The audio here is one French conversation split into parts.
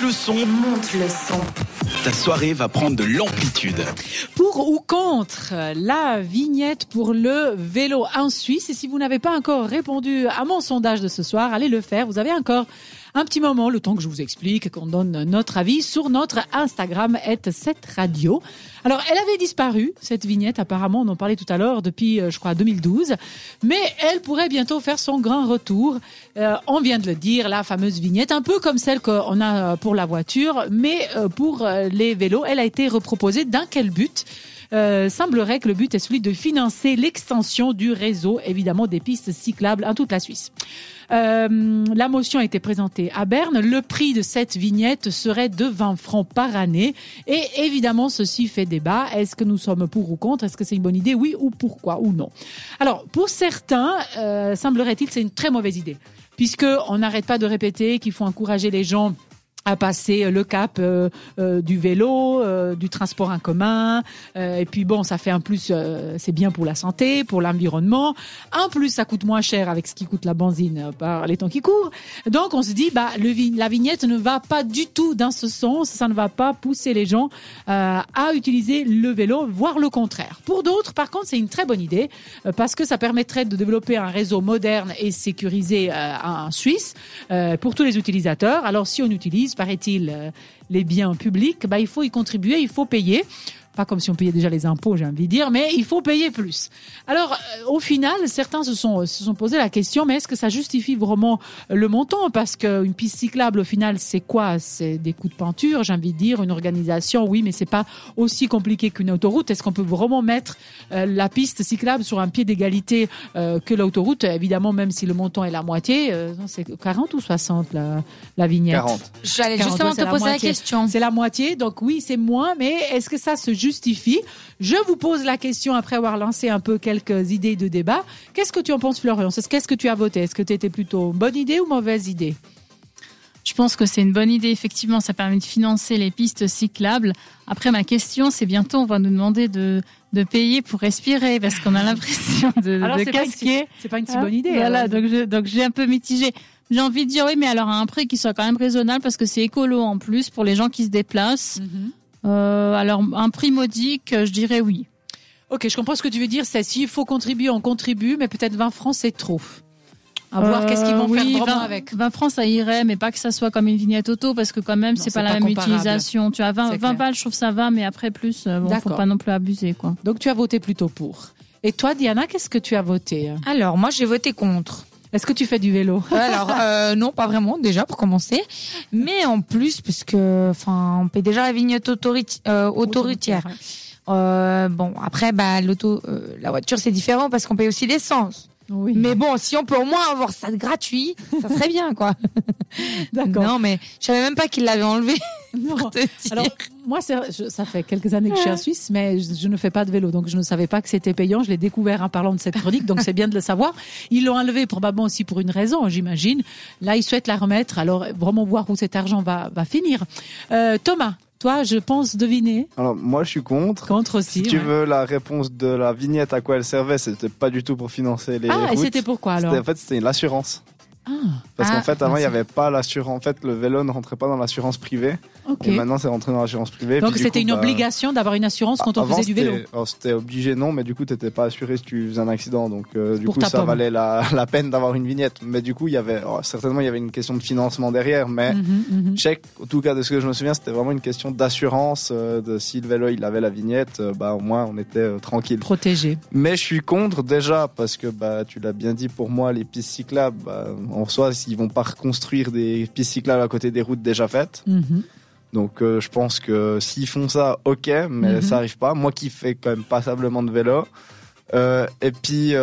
le son. Monte le son. Ta soirée va prendre de l'amplitude. Pour ou contre la vignette pour le vélo en Suisse. Et si vous n'avez pas encore répondu à mon sondage de ce soir, allez le faire. Vous avez encore un petit moment, le temps que je vous explique, qu'on donne notre avis sur notre Instagram @7radio. Alors, elle avait disparu, cette vignette, apparemment, on en parlait tout à l'heure, depuis, je crois, 2012. Mais elle pourrait bientôt faire son grand retour. On vient de le dire, la fameuse vignette, un peu comme celle qu'on a pour la voiture, mais pour les vélos, elle a été reproposée. Dans quel but ? Semblerait que le but est celui de financer l'extension du réseau, évidemment, des pistes cyclables en toute la Suisse. La motion a été présentée à Berne. Le prix de cette vignette serait de 20 francs par année. Et évidemment, ceci fait débat. Est-ce que nous sommes pour ou contre ? Est-ce que c'est une bonne idée ? Oui ou pourquoi ou non ? Alors, pour certains, semblerait-il, c'est une très mauvaise idée. Puisqu'on n'arrête pas de répéter qu'il faut encourager les gens à passer le cap du vélo, du transport en commun, et puis bon, ça fait un plus, c'est bien pour la santé, pour l'environnement. En plus, ça coûte moins cher avec ce qui coûte la benzine par les temps qui courent. Donc, on se dit, la vignette ne va pas du tout dans ce sens. Ça ne va pas pousser les gens à utiliser le vélo, voire le contraire. Pour d'autres, par contre, c'est une très bonne idée parce que ça permettrait de développer un réseau moderne et sécurisé en Suisse pour tous les utilisateurs. Alors, si on utilise paraît-il, les biens publics, il faut y contribuer, il faut payer. Pas comme si on payait déjà les impôts, j'ai envie de dire, mais il faut payer plus. Alors, au final, certains se sont posé la question, mais est-ce que ça justifie vraiment le montant ? Parce qu'une piste cyclable, au final, c'est quoi ? C'est des coups de peinture, j'ai envie de dire, une organisation, oui, mais c'est pas aussi compliqué qu'une autoroute. Est-ce qu'on peut vraiment mettre la piste cyclable sur un pied d'égalité que l'autoroute ? Évidemment, même si le montant est la moitié, c'est 40 ou 60 la vignette ? 40. J'allais justement te poser la question. C'est la moitié, donc oui, c'est moins, mais est-ce que ça se justifie ? Je vous pose la question après avoir lancé un peu quelques idées de débat. Qu'est-ce que tu en penses, Florian ? Qu'est-ce que tu as voté ? Est-ce que tu étais plutôt bonne idée ou mauvaise idée ? Je pense que c'est une bonne idée, effectivement, ça permet de financer les pistes cyclables. Après, ma question, c'est bientôt, on va nous demander de payer pour respirer, parce qu'on a l'impression de casquer. C'est pas une si bonne idée. Voilà, donc j'ai un peu mitigé. J'ai envie de dire oui, mais alors à un prix qui soit quand même raisonnable, parce que c'est écolo en plus pour les gens qui se déplacent. Alors, un prix modique, je dirais oui. Ok, je comprends ce que tu veux dire. C'est s'il faut contribuer, on contribue, mais peut-être 20 francs, c'est trop. À voir qu'est-ce qu'ils vont faire vraiment avec. 20 francs, ça irait, mais pas que ça soit comme une vignette auto, parce que quand même, c'est pas la même utilisation. Tu as 20 balles, je trouve ça va, mais après plus, faut pas non plus abuser, quoi. Donc, tu as voté plutôt pour. Et toi, Diana, qu'est-ce que tu as voté ? Alors, moi, j'ai voté contre. Est-ce que tu fais du vélo ? Alors, non, pas vraiment, déjà, pour commencer. Mais en plus, parce que, on paye déjà la vignette autoroutière. Bon, après, la voiture, c'est différent parce qu'on paye aussi l'essence. Oui. Mais bon, si on peut au moins avoir ça de gratuit, ça serait bien, quoi. D'accord. Non, mais je savais même pas qu'il l'avait enlevé. Non. Alors, moi, ça fait quelques années que je suis en Suisse, mais je ne fais pas de vélo, donc je ne savais pas que c'était payant. Je l'ai découvert en parlant de cette chronique, donc c'est bien de le savoir. Ils l'ont enlevé probablement aussi pour une raison, j'imagine. Là, ils souhaitent la remettre. Alors, vraiment voir où cet argent va finir. Thomas, toi, je pense deviner. Alors, moi, je suis contre. Contre aussi. Si tu veux la réponse de la vignette, à quoi elle servait, c'était pas du tout pour financer les routes. Ah, et c'était pourquoi alors ? En fait, c'était l'assurance. Parce qu'en fait, avant, il n'y avait pas l'assurance. En fait, le vélo ne rentrait pas dans l'assurance privée. Okay. Et maintenant, c'est rentré dans l'assurance privée. Donc, c'était une obligation d'avoir une assurance quand on faisait du vélo. Alors, c'était obligé, non, mais du coup, tu n'étais pas assuré si tu faisais un accident. Donc, du coup, ça valait la peine d'avoir une vignette. Mais du coup, certainement, il y avait une question de financement derrière. Mais je sais qu'en tout cas, de ce que je me souviens, c'était vraiment une question d'assurance. Si le vélo, il avait la vignette, au moins, on était tranquille. Protégé. Mais je suis contre déjà parce que, tu l'as bien dit, pour moi, les pistes cyclables, en soi, s'ils vont pas reconstruire des pistes cyclables à côté des routes déjà faites. Donc, je pense que s'ils font ça, ok, mais ça arrive pas. Moi qui fais quand même passablement de vélo. Et puis,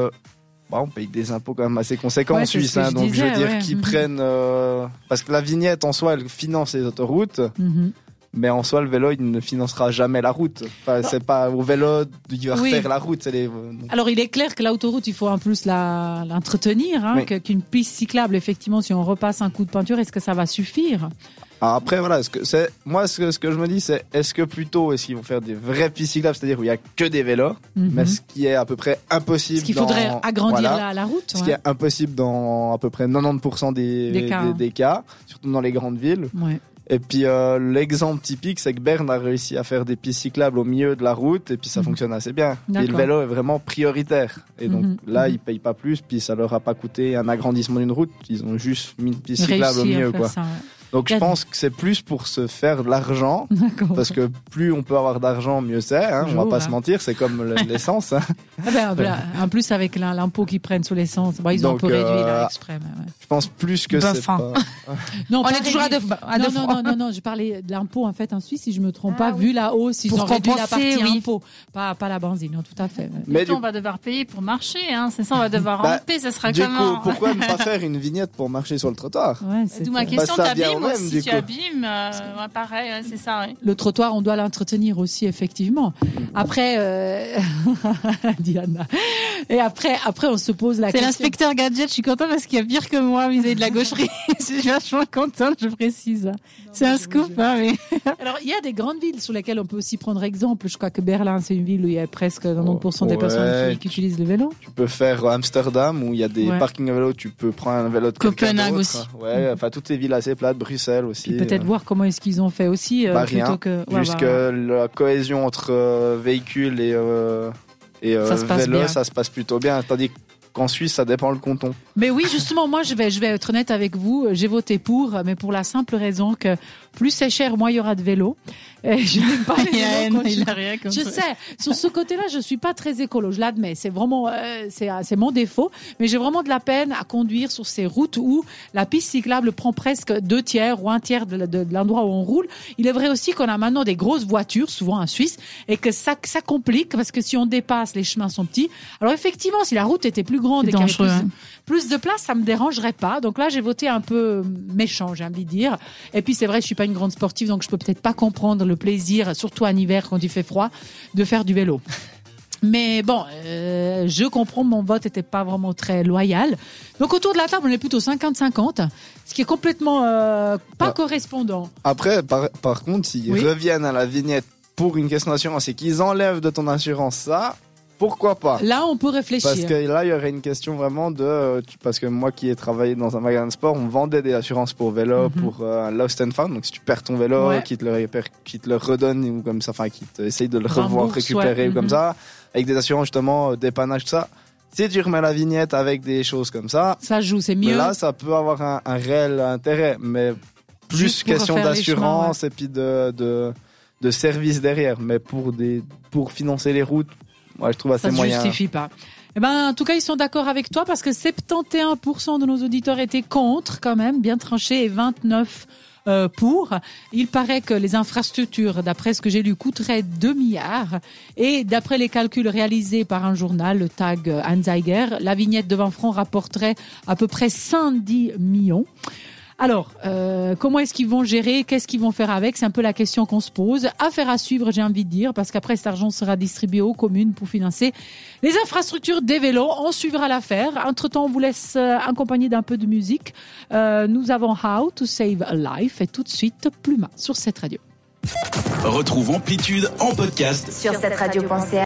on paye des impôts quand même assez conséquents en Suisse. Donc, je veux dire qu'ils prennent... parce que la vignette, en soi, elle finance les autoroutes. Mais en soi, le vélo, il ne financera jamais la route. Enfin, c'est pas au vélo qu'il va refaire la route. Alors, il est clair que l'autoroute, il faut en plus l'entretenir, qu'une piste cyclable, effectivement, si on repasse un coup de peinture, est-ce que ça va suffire ? Alors après, voilà, ce que je me dis, c'est est-ce qu'ils vont faire des vraies pistes cyclables, c'est-à-dire où il n'y a que des vélos, mais ce qui est à peu près impossible. Ce qu'il faudrait agrandir la route. Ce qui est impossible dans à peu près 90% des cas, surtout dans les grandes villes. Ouais. Et puis l'exemple typique, c'est que Berne a réussi à faire des pistes cyclables au milieu de la route et puis ça fonctionne assez bien. Et le vélo est vraiment prioritaire. Et donc là, ils payent pas plus, puis ça leur a pas coûté un agrandissement d'une route. Ils ont juste mis une piste cyclable au milieu, quoi. Ça, ouais. Donc je pense que c'est plus pour se faire de l'argent, parce que plus on peut avoir d'argent, mieux c'est. Hein, on va pas se mentir, c'est comme l'essence. Hein. Ah ben, en plus avec l'impôt qu'ils prennent sur l'essence, ils ont un peu réduit là exprès. Ouais. Je pense plus que c'est pas... Non, on est toujours à deux francs. Non, je parlais de l'impôt en fait en Suisse, si je me trompe pas, vu la hausse, ils ont réduit la partie impôt, pas la benzine, non, tout à fait. Mais on va devoir payer pour marcher, hein, c'est ça, on va devoir ramper, ça sera comment? Du coup, pourquoi ne pas faire une vignette pour marcher sur le trottoir? D'où ma question, t'abîmes aussi, tu abîmes, pareil, c'est ça. Ouais. Le trottoir, on doit l'entretenir aussi, effectivement. Après, Diana. Et après, on se pose la question. C'est l'inspecteur gadget, je suis contente parce qu'il y a pire que moi vis-à-vis de la gaucherie. Je suis vachement contente, je précise. C'est un scoop, hein, mais. Alors, il y a des grandes villes sur lesquelles on peut aussi prendre exemple. Je crois que Berlin, c'est une ville où il y a presque 90% des personnes qui utilisent le vélo. Tu peux faire Amsterdam, où il y a des parkings à vélo, tu peux prendre un vélo de Copenhague aussi. Ouais, enfin, toutes les villes assez plates, Bruxelles aussi. Puis peut-être voir comment est-ce qu'ils ont fait aussi, plutôt que. Juste que la cohésion entre véhicules et vélo, ça se passe plutôt bien. Tandis qu'en Suisse, ça dépend le canton. Mais oui, justement, moi, je vais être honnête avec vous. J'ai voté pour, mais pour la simple raison que plus c'est cher, moins il y aura de vélos. Et je n'aime pas les vélos. Je sais. Sur ce côté-là, je suis pas très écolo. Je l'admets. C'est vraiment, c'est mon défaut. Mais j'ai vraiment de la peine à conduire sur ces routes où la piste cyclable prend presque 2/3 ou 1/3 de l'endroit où on roule. Il est vrai aussi qu'on a maintenant des grosses voitures, souvent en Suisse, et que ça complique parce que si on dépasse, les chemins sont petits. Alors effectivement, si la route était plus grande et qu'il y avait plus de place, ça me dérangerait pas. Donc là, j'ai voté un peu méchant, j'ai envie de dire. Et puis c'est vrai, je suis pas une grande sportive, donc je peux peut-être pas comprendre le plaisir, surtout en hiver quand il fait froid, de faire du vélo. Mais bon, je comprends, mon vote était pas vraiment très loyal. Donc autour de la table, on est plutôt 50-50, ce qui est complètement pas correspondant. Après, par contre, s'ils reviennent à la vignette pour une question d'assurance et qu'ils enlèvent de ton assurance ça, pourquoi pas? Là, on peut réfléchir. Parce que là, il y aurait une question vraiment parce que moi qui ai travaillé dans un magasin de sport, on vendait des assurances pour vélo, pour lost and found. Donc, si tu perds ton vélo, qui te le redonne ou comme ça, enfin, qui essaye de le revoir, récupérer ou comme ça, avec des assurances justement, dépannage, tout ça. Si tu remets la vignette avec des choses comme ça, ça joue, c'est mieux. Là, ça peut avoir un réel intérêt, mais plus question d'assurance et puis de service derrière. Mais pour financer les routes, moi, je trouve assez moyen. Ça ne justifie pas. Eh ben, en tout cas, ils sont d'accord avec toi parce que 71% de nos auditeurs étaient contre, quand même, bien tranché, et 29 pour. Il paraît que les infrastructures, d'après ce que j'ai lu, coûteraient 2 milliards. Et d'après les calculs réalisés par un journal, le Tag Anzeiger, la vignette de 20 francs rapporterait à peu près 110 millions. Alors, comment est-ce qu'ils vont gérer? Qu'est-ce qu'ils vont faire avec? C'est un peu la question qu'on se pose. Affaire à suivre, j'ai envie de dire, parce qu'après, cet argent sera distribué aux communes pour financer les infrastructures des vélos. On suivra l'affaire. Entre-temps, on vous laisse accompagner d'un peu de musique. Nous avons How to Save a Life et tout de suite, Pluma sur cette radio. Retrouve Amplitude en podcast sur cette radio.ca.